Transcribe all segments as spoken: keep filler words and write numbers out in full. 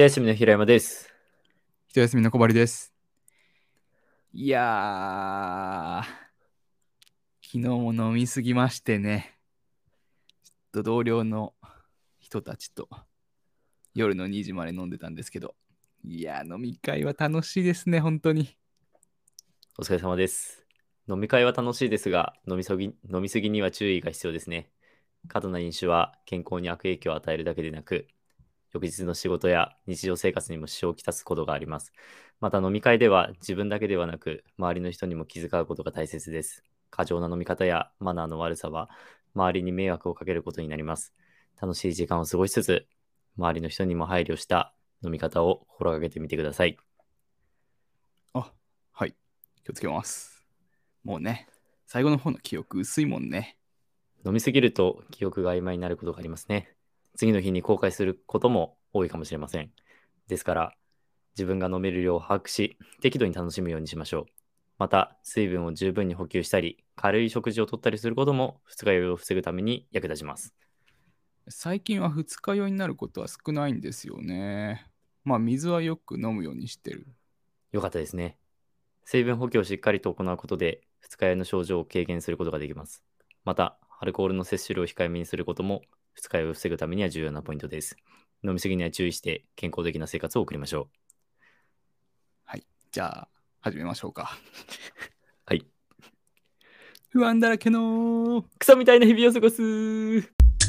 一休みの平山です。 一休みの小針です。いやー、昨日も飲みすぎましてね、ちょっと同僚の人たちと夜のにじまで飲んでたんですけど、いやー、飲み会は楽しいですね、本当に。 お疲れ様です。飲み会は楽しいですが、飲みそぎ飲みすぎには注意が必要ですね。過度な飲酒は健康に悪影響を与えるだけでなく、翌日の仕事や日常生活にも支障をきたすことがあります。また飲み会では自分だけではなく、周りの人にも気遣うことが大切です。過剰な飲み方やマナーの悪さは、周りに迷惑をかけることになります。楽しい時間を過ごしつつ、周りの人にも配慮した飲み方を心がけてみてください。 あ、はい、気をつけます。もうね、最後の方の記憶薄いもんね。 飲みすぎると記憶が曖昧になることがありますね。次の日に後悔することも多いかもしれません。ですから、自分が飲める量を把握し、適度に楽しむようにしましょう。また、水分を十分に補給したり、軽い食事をとったりすることも二日酔いを防ぐために役立ちます。 最近は二日酔いになることは少ないんですよね。まあ、水はよく飲むようにしてる。 よかったですね。水分補給をしっかりと行うことで、二日酔いの症状を軽減することができます。また、アルコールの摂取量を控えめにすることも、二日酔いを防ぐためには重要なポイントです。飲みすぎには注意して健康的な生活を送りましょう。 はい、じゃあ、始めましょうか。 はい。 不安だらけのクソみたいな日々を過ごす。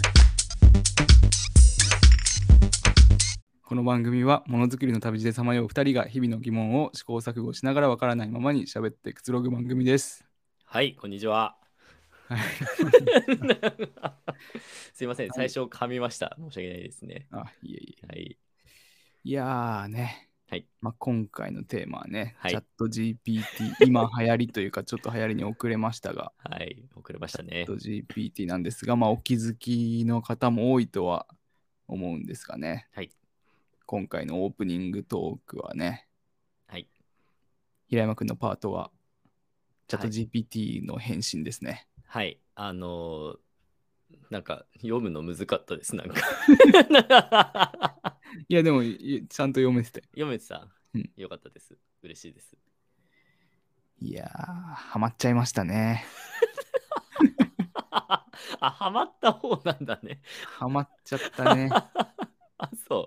この番組はものづくりの旅路でさまようふたりが日々の疑問を試行錯誤しながらわからないままに喋ってくつろぐ番組です。 はい、こんにちは。 はい。 すいません、 はい。 最初噛みました。申し訳ないですね。 あ、いえいえ。 はい。 いやーね、 はい。 まあ、今回のテーマはね、 はい。 チャット ジーピーティー、今流行りというかちょっと流行りに遅れましたが、 はい。遅れましチャッたね。 ト ジーピーティー なんですが、まあ、お気づきの方も多いとは思うんですがね、 はい。 今回のオープニングトークはね、 はい。 平山くんのパートはチャットはい。 ジーピーティー の返信ですね。 はい。あのーなんか読むの難かったです。なんかいや、でも、いちゃんと読めてて。 読めてた。 うん。 よかったです。嬉しいです。 いやー、ハマっちゃいましたね。 あ、ハマった方なんだね。 ハマっちゃったね。 あ、そう。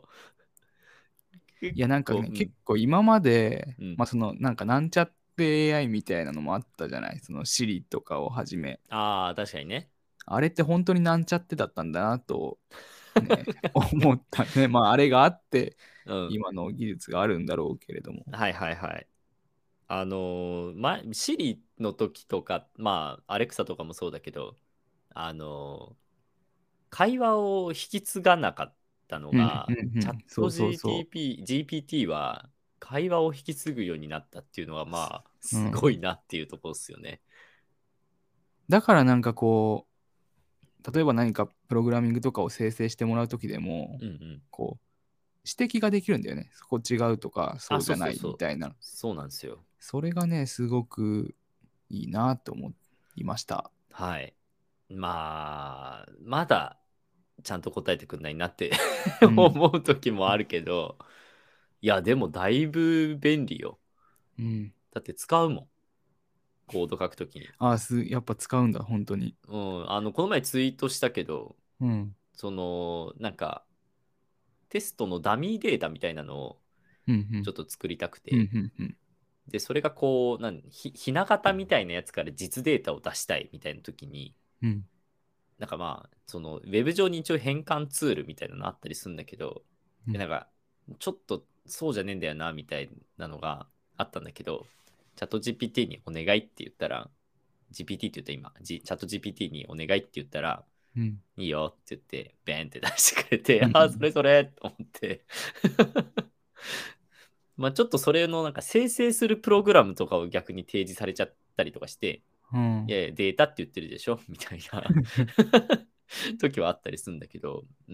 結いや、なんか構、 ね、 うん。 結構今まで、 うん。 まあ、その、なんか、なんちゃって エーアイ みたいなのもあったじゃない。その Siri とかをはじめ。 ああ、確かにね。 あれって本当になんちゃってだったんだなと、ね、思ったね。まあ、あれがあって、 うん。 今の技術があるんだろうけれども。 はいはいはい。あのー、ま、シリの時とか、まあ、アレクサとかもそうだけど、あのー、会話を引き継がなかったのうんが、 うんうん。 チャットそうそうそジーティーピー、ジーピーティー は会話を引き継ぐようになったっていうのは、まあ、 う。うすごいん。 なっていうところですよね。 だからなんかこう、例えば何かプログラミングとかを生成してもらうときでも、 うんうん。 こう、指摘ができるんだよね。そこ違うとか、そあ、 うじゃないそうそうそう。 みたいな。 そうなんですよ。 それがね、すごくいいなと思いました。 はい。まあ、まだちゃんと答えてくんないなってうん。 思う時もあるけど、いや、でもだいぶ便利よ。 うん。 だって使うもん。コード書くときに。 ああ、す、やっぱ使うんだ、本当に。 うん。あの、この前ツイートしたけど、 うん。 その、なんか、テストのダミーデータみたいなのをうんうん。 ちょっと作りたくうんうて、 んうん。 で、それがこう、なんひ、ひな形みたいなやつから実データを出したいみたいな時に、 うん。 なんかまあ、その、ウェブ上に一応変換ツールみたいなのあったりするんだけど、 うんでなんか、ちょっとそうじゃねえんだよな、みたいなのがあったんだけど、チャット ジーピーティー にお願いって言ったら、ジーピーティー って言った今、G、チャット ジーピーティー にお願いって言ったら、 うんいいよって言って、ベーンって出してくれて、ああ、そうん。 れそれと思って。まあちょっとそれのなんか生成するプログラムとかを逆に提示されちゃったりとかして、 うん。 いやいや、データって言ってるでしょみたいな時はあったりするんだけど、うん。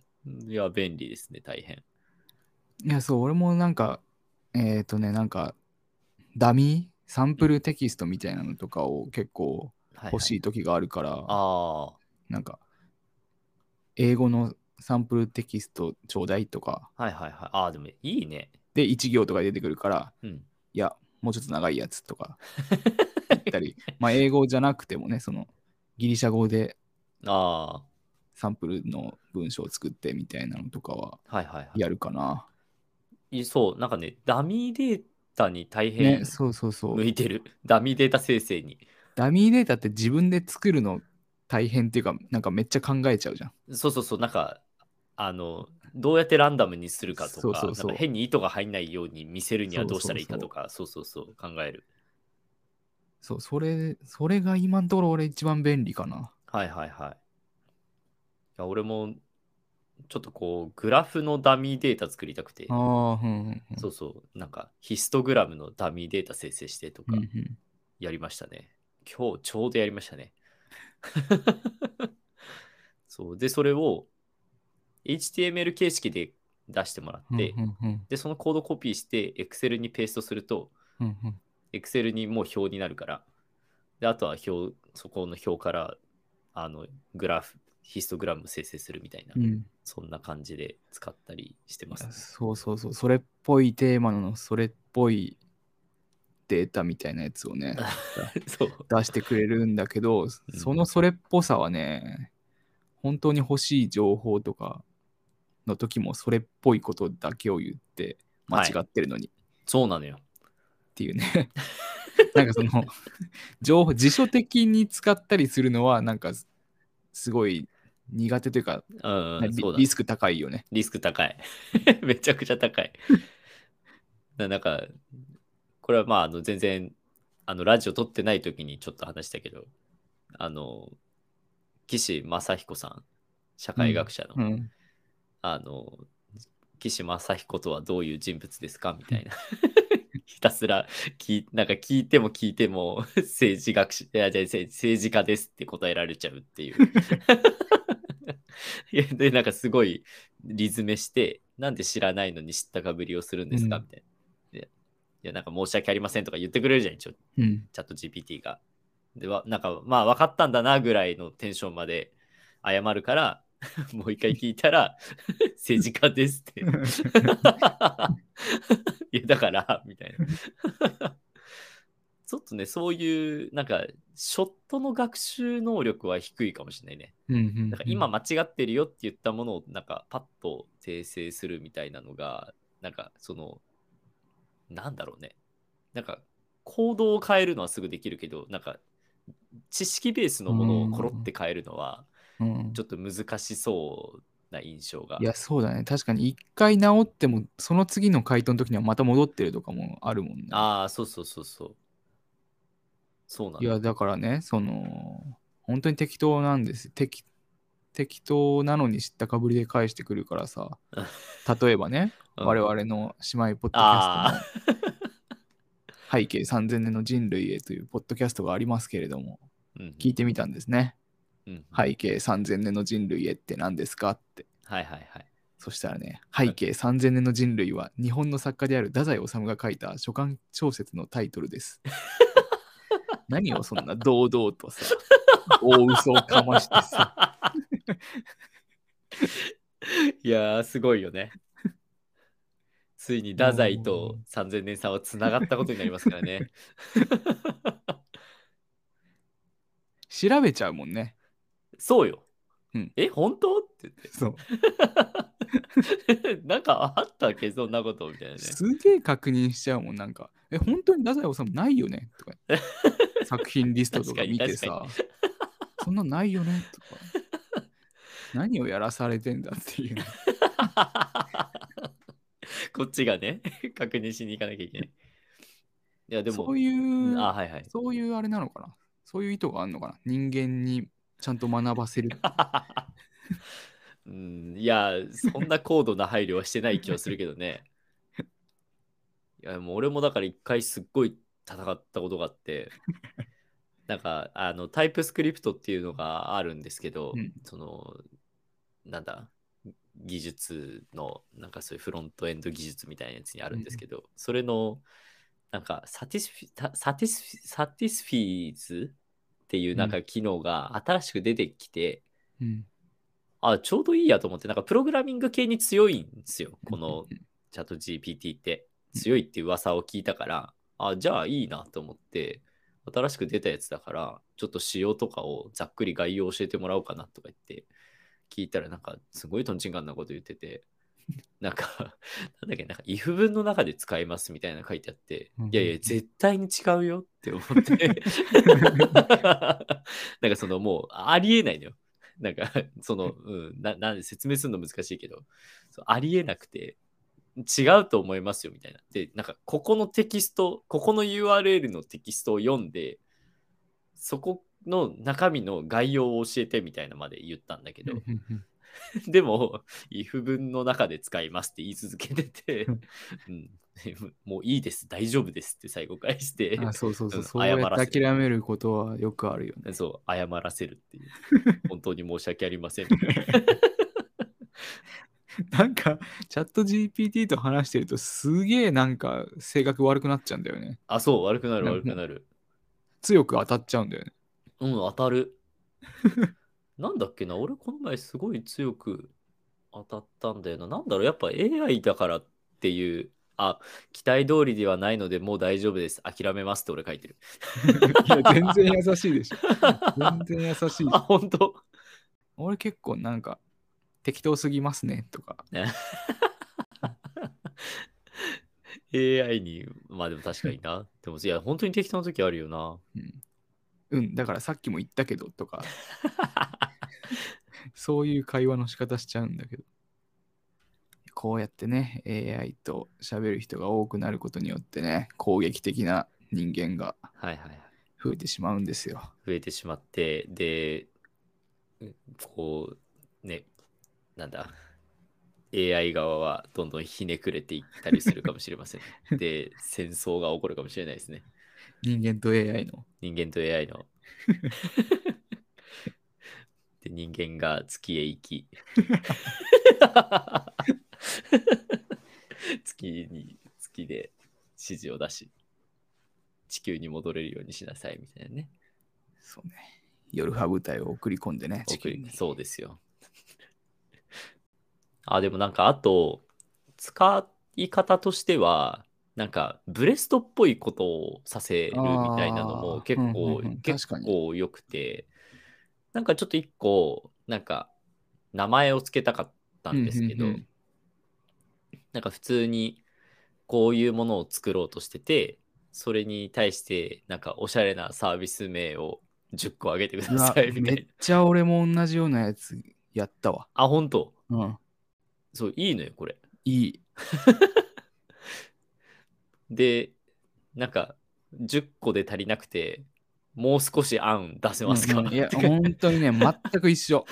いや、便利ですね、大変。 いや、そう、俺もなんか、えっとね、なんか、ダミーサンうん。 プルテキストみたいなのとかを結構はいはい。 欲しい時があるから、 ああ、 なんか、英語のサンプルテキストちょうだいとか、 はいはいはい。ああ、でもいいね。 で、いち行とか出てくるから、 うん。 いや、もうちょっと長いやつとか言ったり、まあ、英語じゃなくてもね、その、ギリシャ語であサンプルの文章を作ってみたいなのとかはあ、はいはいはやるかな。 い。いそう、なんかね、ダミーデータに大ね、 変そうそうそう。 向いてる。ダミーデータ生成に。 ダミーデータって自分で作るの大変っていうか、なんかめっちゃ考えちゃうじゃん。 そうそうそう、なんか、あの、どうやってランダムにするかとそうそか、 うそう。 なんか変に意図が入んないように見せるにはそうどうしたらいいかそうそう。 とか、そうそうそう、考える。 そう、それ、それが今のところ俺一番便利かな。 はいはいはい。いや俺も、ちょっとこう、グラフのダミーデータ作りたくて、 ああ、うんうんうん。 そうそう、なんか、ヒストグラムのダミーデータ生成してとか、 うんうん、 やりましたね。今日ちょうどやりましたね。そう。で、それを エイチティーエムエル 形式で出してもらっうんうて、 んうんで、そのコードコピーして Excel にペーストすると、 うんうん。 Excel にもう表になるから、で、あとは表、そこの表から、あの、グラフ、ヒストグラム生成するみたいな、 うん、 そんな感じで使ったりしてまいやすね。 そうそうそう。それっぽいテーマのそれっぽいデータみたいなやつをね、だそう。 出してくれるんだけど、 うん、 そのそれっぽさはね、本当に欲しい情報とかの時もそれっぽいことだけを言って間違はい。 ってるのにっそうなのよ。 ていうね。なんかその情報、辞書的に使ったりするのはなんかすごい苦手というか、 うんうん、そうだね。 リリスク高いよね。 リスク高い。めちゃくちゃ高い。ななんか、これはまあ、あの全然、あの、ラジオ撮ってない時にちょっと話したけど、あの、岸正彦さん、社うん。 会学者の、 うん。 あの、岸正彦とはどういう人物ですかみたいな。ひたすら聞い、なんか聞いても聞いても政治学者、いや、じゃあ政政治家ですって答えられちゃうっていう。いやで、なんかすごいリズメして、なんで知らないのに知ったかぶりをするんですかみうん。 たいな。でいや、なんか申し訳ありませんとか言ってくれるじゃん、一応、 うん。 チャット ジーピーティー が。では、なんか、まあ、分かったんだなぐらいのテンションまで謝るから、もう一回聞いたら、政治家ですって。いや、だから、みたいな。ちょっとね、そういう、なんか、ショットの学習能力は低いかもしれないね。 うん。うん。 なんか今間違ってるよって言ったものを、なんかパッと訂正するみたいなのが、なんかその、なんだろうね。なんか行動を変えるのはすぐできるけど、なんか知識ベースのうものをコロっん。 て変えるのは、 うん。 ちょっと難しそうな印象が。 いや、そうだね。確かに一回治っても、その次の回答の時にはまた戻ってるとかもあるもんね。 ああ、そうそうそうそう。そうなのよ。 いや、だからね、その、本当に適当なんです。適、適当なのに知ったかぶりで返してくるからさ、例えばね、 うん。 我々の姉妹ポッドキャストあの背景さんぜんねんの人類へというポッドキャストがありますけれども、 うんうん聞いてみたんですね。 うんうん背景さんぜんねんの人類へって何ですかって。 はいはいはい。 そしたらね、背景さんぜんねんの人類は日本の作家である太宰治が書いた書簡小説のタイトルです。何をそんな堂々とさ、大嘘をかましてさ。 いやー、すごいよね。ついに太宰ともさんぜんねん差はつながったことになりますからね。 う、調べちゃうもんね。 そうよ。 うん。 え、本当って言って。 そう。 なんかあったっけそんなことみたいなね。 すげえ確認しちゃうもん、なんか。え、本当に太宰治ないよねとか。作品リストと確かかに確かに。 見てさ、そんなないよねとか。何をやらされてんだっていうね。 こっちがね、確認しに行かなきゃいけない。いや、でも、 そういう、 あ、はいはい。 そういうあれなのかな。そういう意図があるのかな。人間にちゃんと学ばせるっていう。 うん、いや、そんな高度な配慮はしてない気はするけどね。いや、もう俺もだから一回すっごい戦ったことがあって、なんか、あの、タイプスクリプトっていうのがあるんですけど、 うん。 その、なんだ、技術の、なんかそういうフロントエンド技術みたいなやつにあるんですけど、それの、なんかサティスフィ、サティスフィ、サティスフィーズっていううん。 なんか機能が新しく出てきて、 うん。 あ、ちょうどいいやと思って、なんかプログラミング系に強いんですよ。このチャット ジーピーティー って強いっていう噂を聞いたから、あ、じゃあいいなと思って、新しく出たやつだから、ちょっと仕様とかをざっくり概要教えてもらおうかなとか言って、聞いたらなんかすごいトンチンカンなこと言ってて、なんか、なんだっけ、なんか、if 文の中で使いますみたいな書いてあって、いやいや、絶対に違うよって思ってなんかそのもう、ありえないのよ。なんか、その、うん、ななんで説明するの難しいけど、そうありえなくて、違うと思いますよみたいな。で、なんか、ここのテキスト、ここの ユーアールエル のテキストを読んで、そこの中身の概要を教えてみたいなまで言ったんだけど、でも、if 文の中で使いますって言い続けてて、うん、もういいです、大丈夫ですって最後返して、 あ、そうそうそう、 うん、 そうやって謝らせる。 諦めることはよくあるよね。 そう、謝らせるっていう。本当に申し訳ありませんみたいな。 なんか、チャット ジーピーティー と話してると、すげえなんか性格悪くなっちゃうんだよね。 あ、そう、悪くなるなんかもう悪くなる。 強く当たっちゃうんだよね。 うん、当たる。なんだっけな、俺この前すごい強く当たったんだよな。なんだろう、やっぱ エーアイ だからっていう、あ、期待通りではないのでもう大丈夫です。諦めますって俺書いてる。 いや、全然優しいでしょ。全然優しいあ、 じゃん。 本当俺結構なんか、適当すぎますねとか。 ね エーアイ に、まあでも確かにな。でも、いや、本当に適当な時あるよな。 うん、うん、だからさっきも言ったけどとか、そういう会話の仕方しちゃうんだけど。こうやってね、エーアイ と喋る人が多くなることによってね、攻撃的な人間がはいはいはい。 増えてしまうんですよ。 増えてしまって、で、こう、ね、なんだ、エーアイ 側はどんどんひねくれていったりするかもしれませんね。で、戦争が起こるかもしれないですね。 人間と エーアイ の。 人間と エーアイ の。で、人間が月へ行き。月に、月で指示を出し、地球に戻れるようにしなさいみたいなね。 そうね。夜派部隊を送り込んでね、地送り球に。 そうですよ。あ、でもなんか、あと、使い方としては、なんか、ブレストっぽいことをさせるみたいなのもああ、うんうん結構、 うん、 結確かに。 構良くて、なんかちょっと一個、なんか、名前を付けたかったんうんうんですけど、 うん、 なんか普通にこういうものを作ろうとしてて、それに対して、なんかおしゃれなサービス名をじゅっこあげてくうわ、 ださいみためっいな。 ちゃ俺も同じようなやつやったわ。 あ、本当うん、 そう、いいのよ、これ。 いい。 で、なんか、じゅっこで足りなくて、もう少し案出せますかうんうん、いや、 って。 本当にね、全く一緒。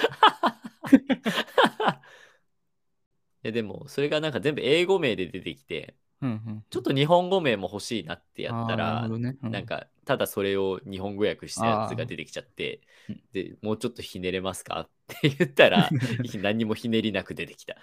ででも、それがなんか全部英語名で出てきて、 うんうんちょっと日本語名も欲しいなってやっああ、なるほたら、 どね。うん、 なんか、ただそれを日本語訳したやつがああ、 出てきちゃって、 うん、 で、もうちょっとひねれますかって言ったら、何もひねりなく出てきた。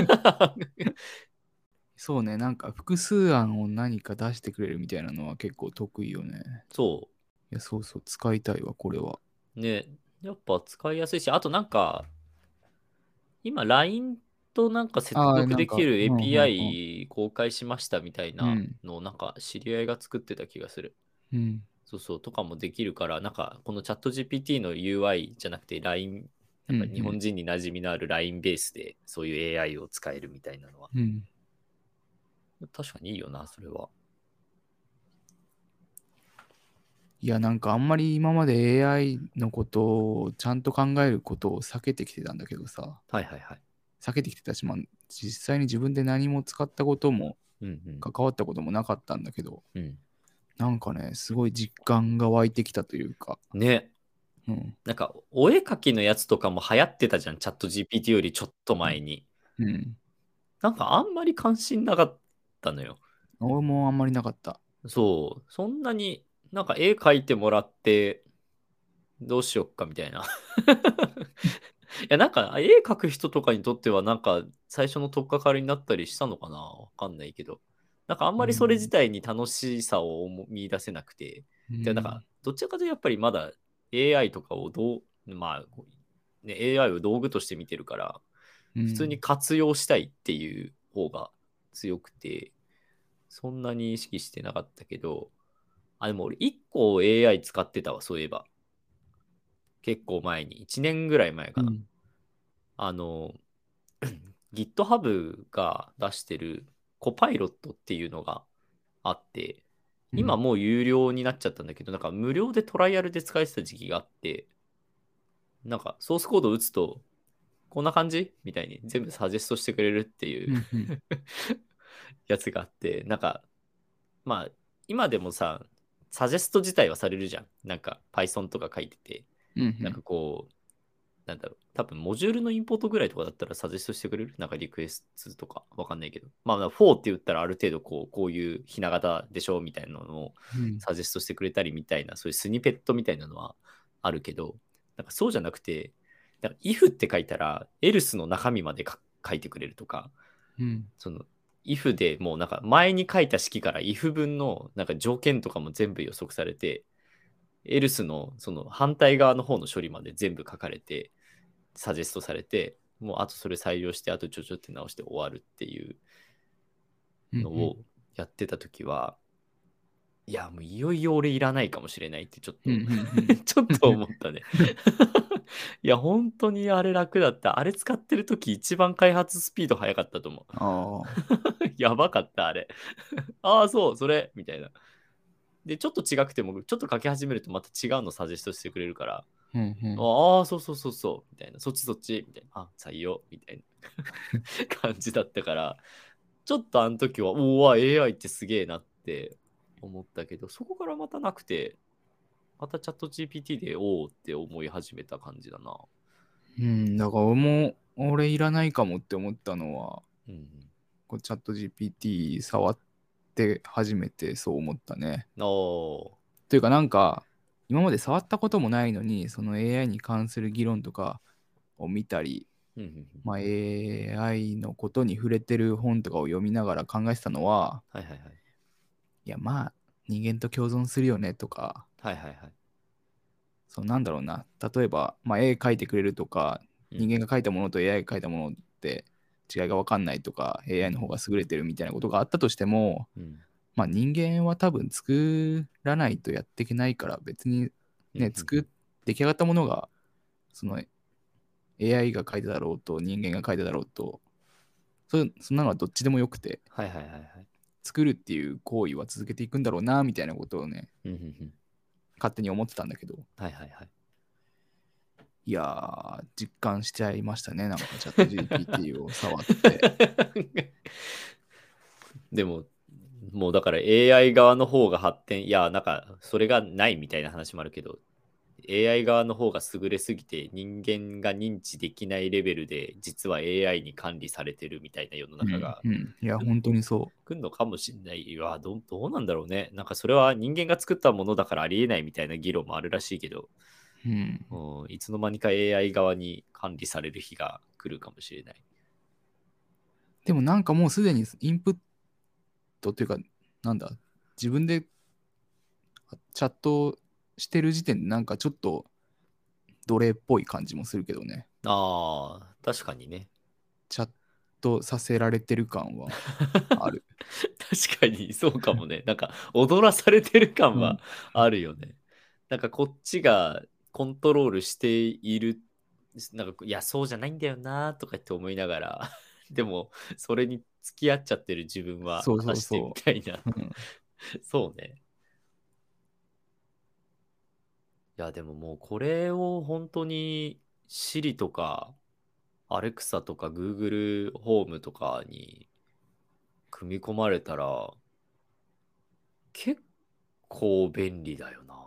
そうね、なんか複数案を何か出してくれるみたいなのは結構得意よね。 そいや、そうそう、使いたいわ、これは。 う。ね、やっぱ使いやすいし、あとなんか、今 ライン となんか接ああ、 続なんか、 できるうんうんうん。 エーピーアイ 公開しましたみたいなうんのをなんか知り合いが作ってた気がする。 うん。 そうそう、とかもできるから、なんかこのチャット ジーピーティー の ユーアイ じゃなくて ライン、なんか日本人に馴染みのある ライン ベースでそういう エーアイ を使えるみたいなのは。 うん。 確かにいいよな、それは。 いや、なんかあんまり今まで エーアイ のことをちゃんと考えることを避けてきてたんだけどさ、 はいはいはい。 避けてきてたし、まあ、実際に自分で何も使ったこともうんうん。 関わったこともなかったんだけど、 うん、 なんかね、すごい実感が湧いてきたというか、 ね。 うん。 なんか、お絵描きのやつとかも流行ってたじゃん、チャット ジーピーティー よりちょっと前に。 うん。 なんかあんまり関心なかったのよ。 俺もあんまりなかった。 そう、そんなになんか絵描いてもらってどうしよっかみたいな。いや、なんか絵描く人とかにとってはなんか最初の取っかかりになったりしたのかなわかんないけど。なんかあんまりそれ自体に楽しさを見出せなくて。 うで、なんかん。 どちらかというとやっぱりまだ エーアイ とかをどう、まあ、 ね、エーアイ を道具として見てるから、 うん普通に活用したいっていう方が強くて、そんなに意識してなかったけど、あ、でも俺いっこ エーアイ 使ってたわ、そういえば。結構前に、いちねんぐらい前かな。 うんあの、GitHub が出してるコパイロットっていうのがあって、今もう有料になっちゃったんだけど、なんか無料でトライアルで使えてた時期があって、なんかソースコードを打つと、こんな感じみたいに全部サジェストしてくれるっていううんうんやつがあって、なんか、まあ、今でもさ、サジェスト自体はされるじゃん。なんか Python とか書いてて、なんかうんうんこう、なんだろう、多分モジュールのインポートぐらいとかだったらサジェストしてくれるなんかリクエストとかわかんないけど。まあ、フォーって言ったらある程度こう、こういうひな形でしょみたいなのをうんサジェストしてくれたりみたいな、そういうスニペットみたいなのはあるけど、なんかそうじゃなくて、なんか if って書いたら else の中身までか書いてくれるとか、 うんその if でもうなんか前に書いた式から if 文のなんか条件とかも全部予測されて、else のその反対側の方の処理まで全部書かれて、サジェストされて、もうあとそれ採用して、あとちょちょって直して終わるっていううんのをやってた時は、いや、もういよいよ俺いらないかもしれないってちょっと、 うんうんうんちょっと思ったね。いや、本当にあれ楽だった。あれ使ってる時一番開発スピード速かったと思う。 ああやばかった、あれ。ああ、そう、それ、みたいな。で、ちょっと違くても、ちょっと書き始めるとまた違うのサジェストしてくれるから、 うんうんああ、そうそうそうそう、みたいな、そっちそっち、みたいな、あ、採用、みたいな感じだったから、ちょっとあの時は、おお、エーアイ ってすげえなって思ったけど、そこからまたなくて、またチャット ジーピーティー でおおって思い始めた感じだな。 うんだから俺も俺いらないかもって思ったのはうん。 こうチャット ジーピーティー 触って初めてそう思ったね。 おおというかなんか今まで触ったこともないのにその エーアイ に関する議論とかを見たり、 ー。うんうんうん。 まあ、エーアイ のことに触れてる本とかを読みながら考えてたのははいはいはい。 いやまあ人間と共存するよねとかはいはいはい。 そうなんだろうな例えば、まあ、絵描いてくれるとかうん人間が描いたものと エーアイ が描いたものって違いが分かんないとか エーアイ の方が優れてるみたいなことがあったとしても、 うんまあ、人間は多分作らないとやっていけないから別にうんうねん作っ出来上がったものがその エーアイ が描いただろうと人間が描いただろうとそそんなのはどっちでもよくてはいはいはいはい。 作るっていう行為は続けていくんだろうなみたいなことをねうんうんうん。 勝手に思ってたんだけどはいはいはい。 いやー実感しちゃいましたねなんかチャット ジーピーティー を触ってでも、もうだから エーアイ 側の方が発展、いや、なんかそれがないみたいな話もあるけど、エーアイ 側の方が優れすぎて人間が認知できないレベルで実は エーアイ に管理されてるみたいな世の中がうんうん、いや本当にそ来るのかもしれない。いやど、どうなんだろうね。なんかそれは人間が作ったものだからありえないみたいな議論もあるらしいけど、 う、うん、 うん、いつの間にか エーアイ 側に管理される日が来るかもしれない。 でもなんかもうすでにインプットっていうかなんだ自分でチャットしてる時点でなんかちょっと奴隷っぽい感じもするけどねああ、確かにね。 チャットさせられてる感はある確かにそうかもね。なんか踊らされてる感うんはあるよね。なんかこっちがコントロールしている、なんかいや、そうじゃないんだよなとかって思いながら、でもそれに付き合っちゃってる自分はそうそう果たしてみそたいな。 う、うんそうね。いや、でももうこれを本当に Siri とか Alexa とか Google ホームとかに組み込まれたら結構便利だよな。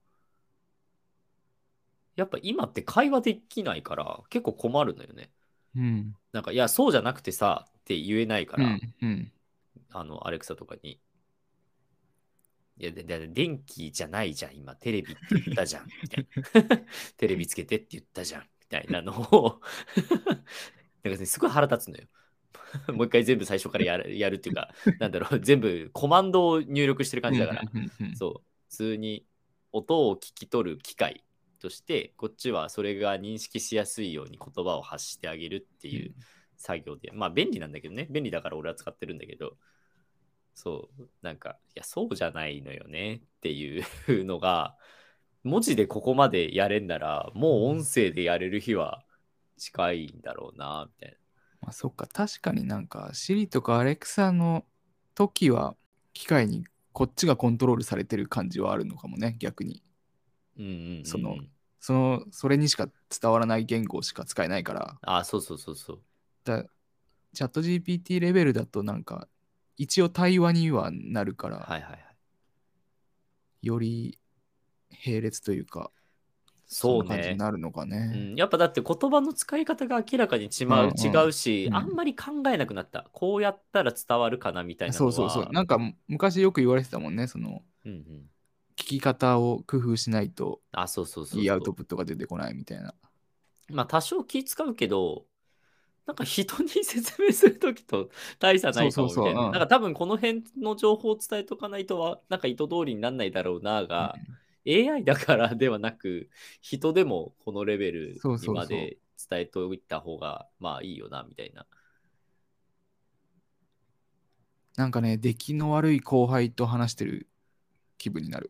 やっぱ今って会話できないから結構困るのよね。 うんなんか、いや、そうじゃなくてさって言えないかうら、 んうんあの、アレクサとかに。いや、でで電気じゃないじゃん、今、テレビって言ったじゃん、みたいな。テレビつけてって言ったじゃん、みたいなのをなんか、ね、すごい腹立つのよ。もう一回全部最初からやるやるっていうか、なんだろう、全部コマンドを入力してる感じだから、 うんうんうんうんそう、普通に音を聞き取る機械として、こっちはそれが認識しやすいように言葉を発してあげるっていう作業で、うん、まあ便利なんだけどね、便利だから俺は使ってるんだけど、そう、なんか、いや、そうじゃないのよねっていうのが、文字でここまでやれんなら、もう音声でやれる日は近いんだろうな、みたいな。 まあ、そっか、確かになんか Siri とか Alexa の時は機械にこっちがコントロールされてる感じはあるのかもね、逆に。 うんうんうんうん、 その、その、それにしか伝わらない言語しか使えないから。 あ、そうそうそうそう。 だチャット ジーピーティー レベルだとなんか、一応対話にはなるから、 はいはいはい。 より並列というか、 そうそんな感じにね。 なるのかね。 うん、やっぱだって言葉の使い方が明らかに違う、 うんうん違うし、 うんあんまり考えなくなった。こうやったら伝わるかなみたいなのは。 そうそうそう。なんか昔よく言われてたもんね、その、 うんうん、 聞き方を工夫しないとあ、そうそうそういいアウそう。 トプットが出てこないみたいな。 まあ多少気使うけど、なんか人に説明するときと大差ないかもみたいな。 そうそうそううんなんか多分この辺の情報を伝えとかないとは、なんか意図通りになんないだろうなが、エーアイ だからではなく、人でもこのレベルそうにそうそう。 まで伝えておいた方がまあいいよなみたいな。 なんかね、出来の悪い後輩と話してる気分になる。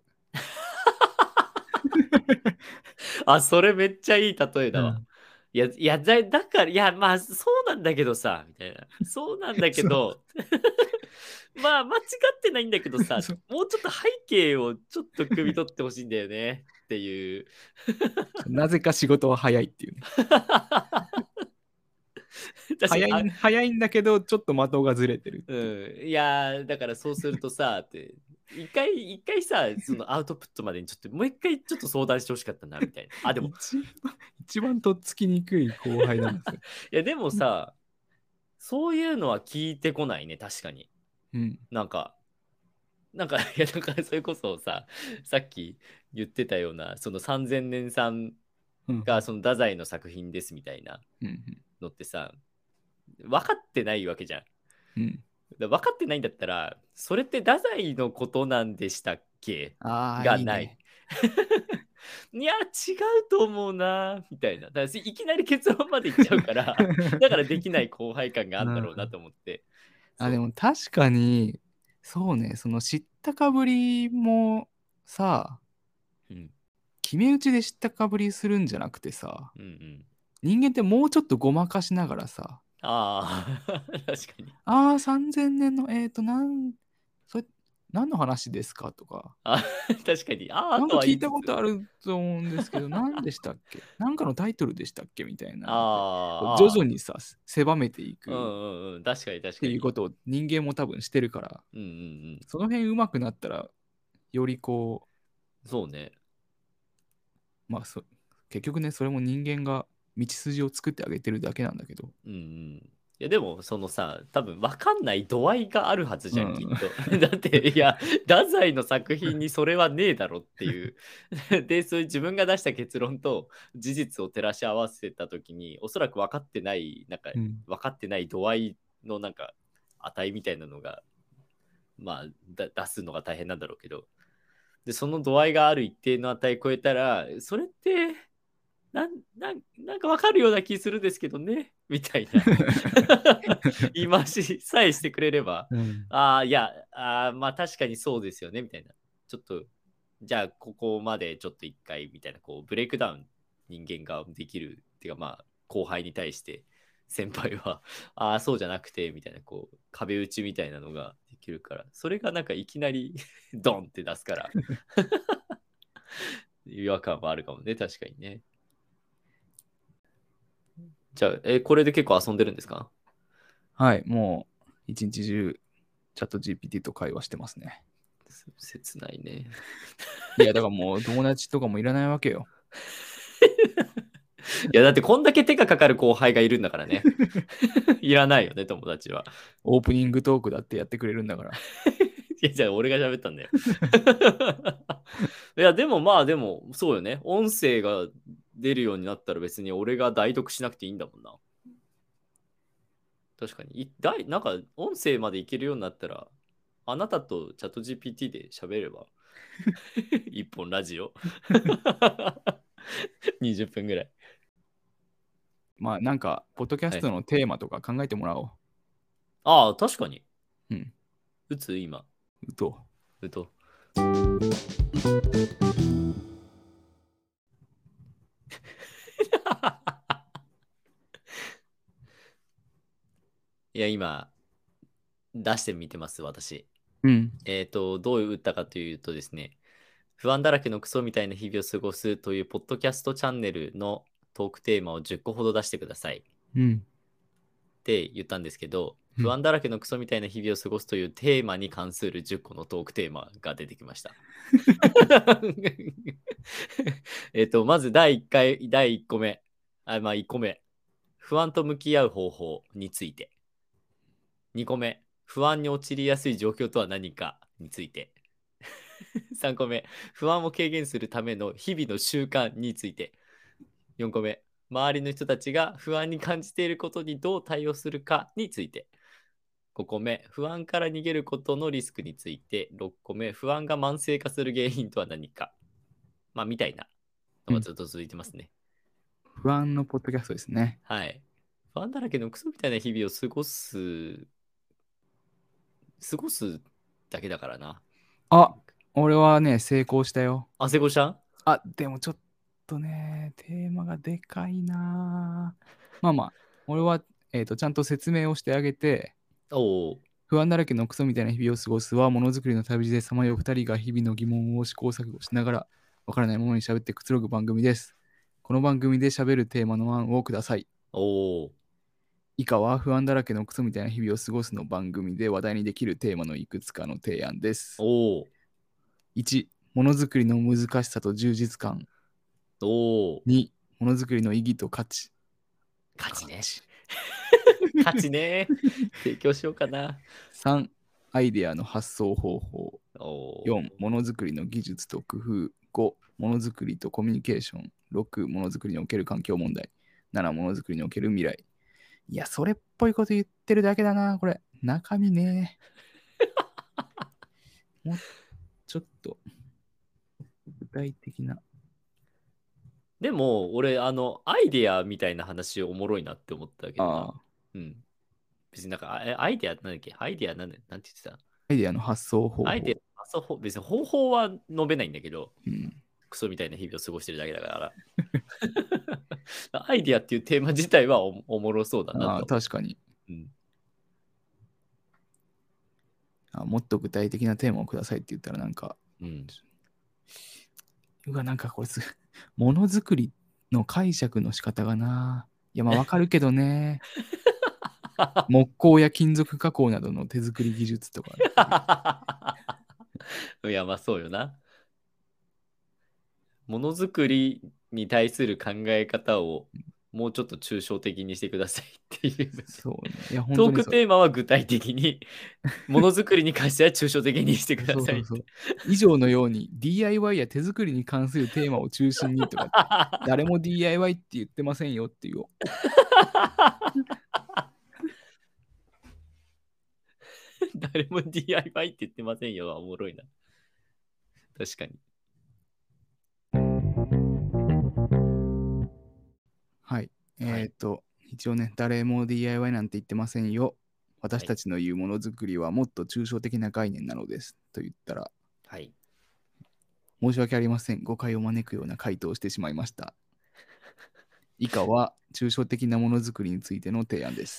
あ、それめっちゃいい例えだわ。 うん、 いや、いやだ、だから、いや、まあ、そうなんだけどさ、みたいな。そうなんだけそうど、まあ、間違ってないんだけどさ、 そうもうちょっと背景をちょっと汲み取ってほしいんだよねっていう。 なぜか仕事は早いっていうね。 確かにあ早い早いんだけど、ちょっと的がずれてるってういう。 ん、いやー、だからそうするとさ、って、一回、一回さ、そのアウトプットまでにちょっと、もう一回ちょっと相談してほしかったな、みたいな。あ、でも、 一番、一番とっつきにくい後輩なんですよ。 いや、でもさ、そういうのは聞いてこないね、確かに。 うん。 なんか、なんか、いや、だからそれこそさ、さっき言ってたような、そのさんぜんねんさんうんがその太宰の作品ですみたいなうんのってさ、分かってないわけじゃん。 うんうん。 だ分かってないんだったら、それって太宰のことなんでしたっけああ、 がない。 いいね。 いや、違うと思うな、みたいな。だからいきなり結論までいっちゃうから、だからできない後輩感があるんだろうなと思って。 あ、 そうでも確かに、そうね、その知ったかぶりもさ、 うん決め打ちで知ったかぶりするんじゃなくてさ、 うんうん。 人間ってもうちょっとごまかしながらさ、 ああ、確かに。 ああ、さんぜんねんの、えっ、ー、と、なん、それ、何の話ですかとか、 あ確かに。ああ、 なんとか聞いたこは言いつつ。 とあると思うんですけど、何でしたっけなんかのタイトルでしたっけみたいなので、こう徐あーあ 々にさ、狭めていー、うんくうんうん。確かに確かに。 っていうことを人間も多分してるから、 うんうんうん。 その辺上手くなったら、よりこそうね。 う、まあそ、結局ね、それも人間が道筋を作ってあげてるだけなんだけど、 うんうん。いやでもそのさ、多分分かんない度合いがあるはずじゃん、 うんきっと。だっていや、太宰の作品にそれはねえだろっていう。で、そういう自分が出した結論と事実を照らし合わせたときに、おそらく分かってない、なんかうん分かってない度合いのなんか値みたいなのが、まあだ出すのが大変なんだろうけど。で、その度合いがある一定の値超えたら、それってなんなんなんかわかるような気するんですけどね、みたいな言い回しさえしてくれれば、 うんああ、いや、あまあ確かにそうですよね、みたいな。ちょっと、じゃあここまでちょっと一回、みたいな、こう、ブレイクダウン人間ができる、っていうかまあ、後輩に対して先輩は、ああ、そうじゃなくて、みたいな、こう、壁打ちみたいなのができるから、それがなんかいきなりドンって出すから違和感はあるかもね、確かにね。じゃあ、え、これで結構遊んでるんですか？ はい、もう一日中チャット ジーピーティー と会話してますね。 切ないね。 いや、だからもう友達とかもいらないわけよ。 いや、だってこんだけ手がかかる後輩がいるんだからね。いらないよね、友達は。 オープニングトークだってやってくれるんだから。 いや、じゃあ俺が喋ったんだよ。いや、でもまあ、でも、そうよね。音声が出るようになったら別に俺が代読しなくていいんだもんな。確かに。いだいなんか、音声までいけるようになったら、あなたとチャット ジーピーティー で喋れば。一本ラジオ。 にじゅっぷんぐらい。 まあなんか、ポッドキャストのテーマとか考えてもらおう。 ああ、確かに。 うん。 打つ今。 うと。 打と。いや、今、出してみてます、私。 うん。 えっ、と、どう打ったかというとですね、不安だらけのクソみたいな日々を過ごすというポッドキャストチャンネルのトークテーマをじゅっこほど出してくださいっうん。 て言ったんですけど、 うん不安だらけのクソみたいな日々を過ごすというテーマに関するじゅっこのトークテーマが出てきました。えっと、まずだいいっかい、だいいっこめ。あ、まあいっこめ。不安と向き合う方法について。にこめ。不安に陥りやすい状況とは何かについて。さんこめ。不安を軽減するための日々の習慣について。よんこめ。周りの人たちが不安に感じていることにどう対応するかについて。ごこめ。不安から逃げることのリスクについて。ろっこめ。不安が慢性化する原因とは何か。まあ、みたいなのがずっと続いてますね。 不安のポッドキャストですね。 はい。不安だらけのクソみたいな日々を過ごす、過ごすだけだからな。 あ、俺はね、成功したよ。 あ、成功したん？ あ、でもちょっとね、テーマがでかいな。まあまあ、俺は、えーと、ちゃんと説明をしてあげて、 おお。 不安だらけのクソみたいな日々を過ごすは、ものづくりの旅路でさまようふたりが日々の疑問を試行錯誤しながら、わからないものに喋ってくつろぐ番組です。この番組で喋るテーマの案をください。 おお。 以下は不安だらけのクソみたいな日々を過ごすの番組で話題にできるテーマのいくつかの提案です。 おお。 いち、ものづくりの難しさと充実感。 おお。 に、ものづくりの意義と価値。 勝ちね。勝ちね。提供しようかな。 さん、アイデアの発想方法。 およん、ものづくりの技術と工夫。ご、ものづくりとコミュニケーション。ろく、ものづくりにおける環境問題。なな、ものづくりにおける未来。いや、それっぽいこと言ってるだけだな、これ。中身ね。もうちょっと具体的な。 でも、俺、あの、アイデアみたいな話おもろいなって思ったけどな。 ああ、 うん。別になんか、あアイデアなんだっけ？アイデアなんだなんて言ってた？ アイデアの発想方法。 アイデア、あそうほ別に方法は述べないんだけど、 うん、 クソみたいな日々を過ごしてるだけだから。アイデアっていうテーマ自体はおおもろそうだなああ、 と。 確かにうんあ。もっと具体的なテーマをくださいって言ったらなんか、 うん、 うわ、なんかこいつ、ものづくりの解釈の仕方がな。いや、まあわかるけどね。木工や金属加工などの手作り技術とか。 いや、まあそうよな。ものづくりに対する考え方をもうちょっと抽象的にしてくださいっていう。 そうね。いや、本トーク当にそう。 テーマは具体的に、ものづくりに関しては抽象的にしてくださいって。 そうそうそう。以上のように ディーアイワイ や手作りに関するテーマを中心にとか、誰も ディーアイワイ って言ってませんよっていう。 誰も ディーアイワイ って言ってませんよはおもろいな。確かに。 はい。 はいえっ、と、一応ね、誰も ディーアイワイ なんて言ってませんよ。私たちの言うものづくりはもっと抽象的な概念なのです。と言ったら、 はい。 申し訳ありません。誤解を招くような回答をしてしまいました。以下は抽象的なものづくりについての提案です。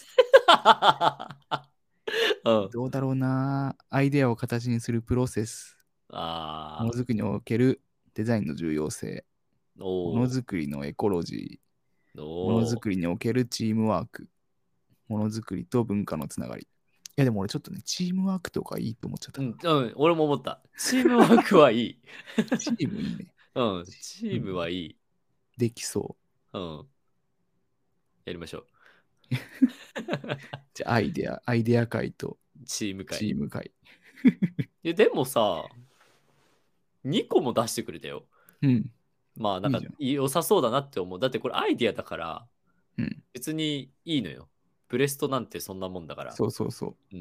うん、 どうだろうな。アイデアを形にするプロセス。ものあづくりにおけるデザインの重要性。 ーものおーづくりのエコロジー。ものおーづくりにおけるチームワーク。ものづくりと文化のつながり。いやでも俺ちょっとね、チームワークとかいいと思っちゃったな。 うん、うん、俺も思った。チームワークはいい。 チームいいね。 うん、チームはいい。 できそうん。やりましょう。 う。じゃあアイデア、アイデア会とチーム会。 チーム会。 いやでもさ、にこも出してくれたよ。 うん。 まあなんかいいじゃん良さそうだなって思う。だってこれアイディアだからうん。 別にいいのよ。ブレストなんてそんなもんだから。 そうそうそう。 うん。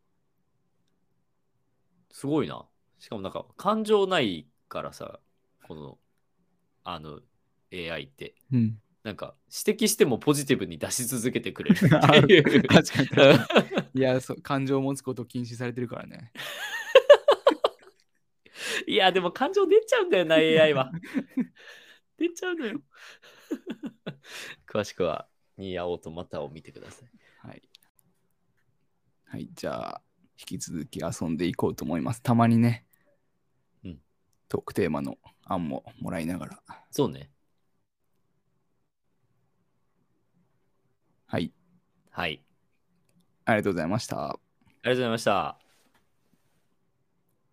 すごいな。しかもなんか感情ないからさ、この、あの、 エーアイ って。 うん。 なんか指摘してもポジティブに出し続けてくれるっていう。 確かに確かに。いや、そう、感情を持つことを禁止されてるからね。 いや、でも感情出ちゃうんだよな、エーアイ は。出ちゃうのよ。詳しくは、ニーヤオートマタを見てください。 はい。はい、じゃあ、引き続き遊んでいこうと思います。たまにね、 うん。 トークテーマの案ももらいながら。 そうね。 はい。 はい。 ありがとうございました。 ありがとうございました。